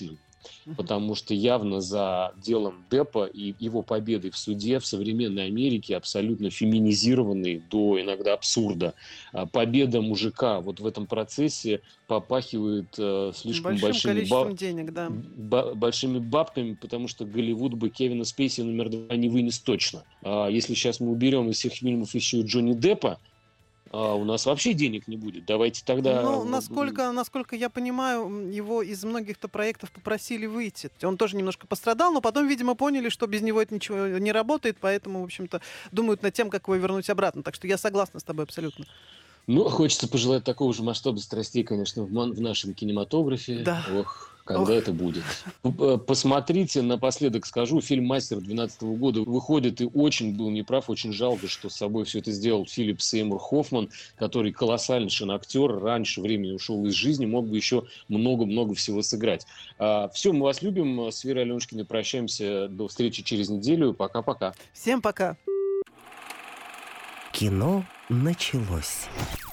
Мгм. потому что явно за делом Деппа и его победой в суде в современной Америке, абсолютно феминизированной до иногда абсурда, а, победа мужика вот в этом процессе попахивает э, слишком Большим большими, количеством ба- денег, да. ба- большими бабками, потому что Голливуд бы Кевина Спейси номер два не вынес точно. А если сейчас мы уберем из всех фильмов еще и Джонни Деппа, а, у нас вообще денег не будет. Давайте тогда... Ну, насколько, насколько я понимаю, м, его из многих-то проектов попросили выйти. Он тоже немножко пострадал, но потом, видимо, поняли, что без него это ничего не работает, поэтому, в общем-то, думают над тем, как его вернуть обратно. Так что я согласна с тобой абсолютно. Ну, хочется пожелать такого же масштаба страстей, конечно, в, ман- в нашем кинематографе. Да. Ох, Ох. когда это будет. П- п- Посмотрите, напоследок скажу, фильм «Мастер» две тысячи двенадцатого года выходит, и очень был неправ, очень жалко, что с собой все это сделал Филипп Сеймур Хоффман, который колоссальнейший актер, раньше времени ушел из жизни, мог бы еще много-много всего сыграть. Все, мы вас любим, с Верой Аленушкиной прощаемся, до встречи через неделю, пока-пока. Всем пока. Кино началось.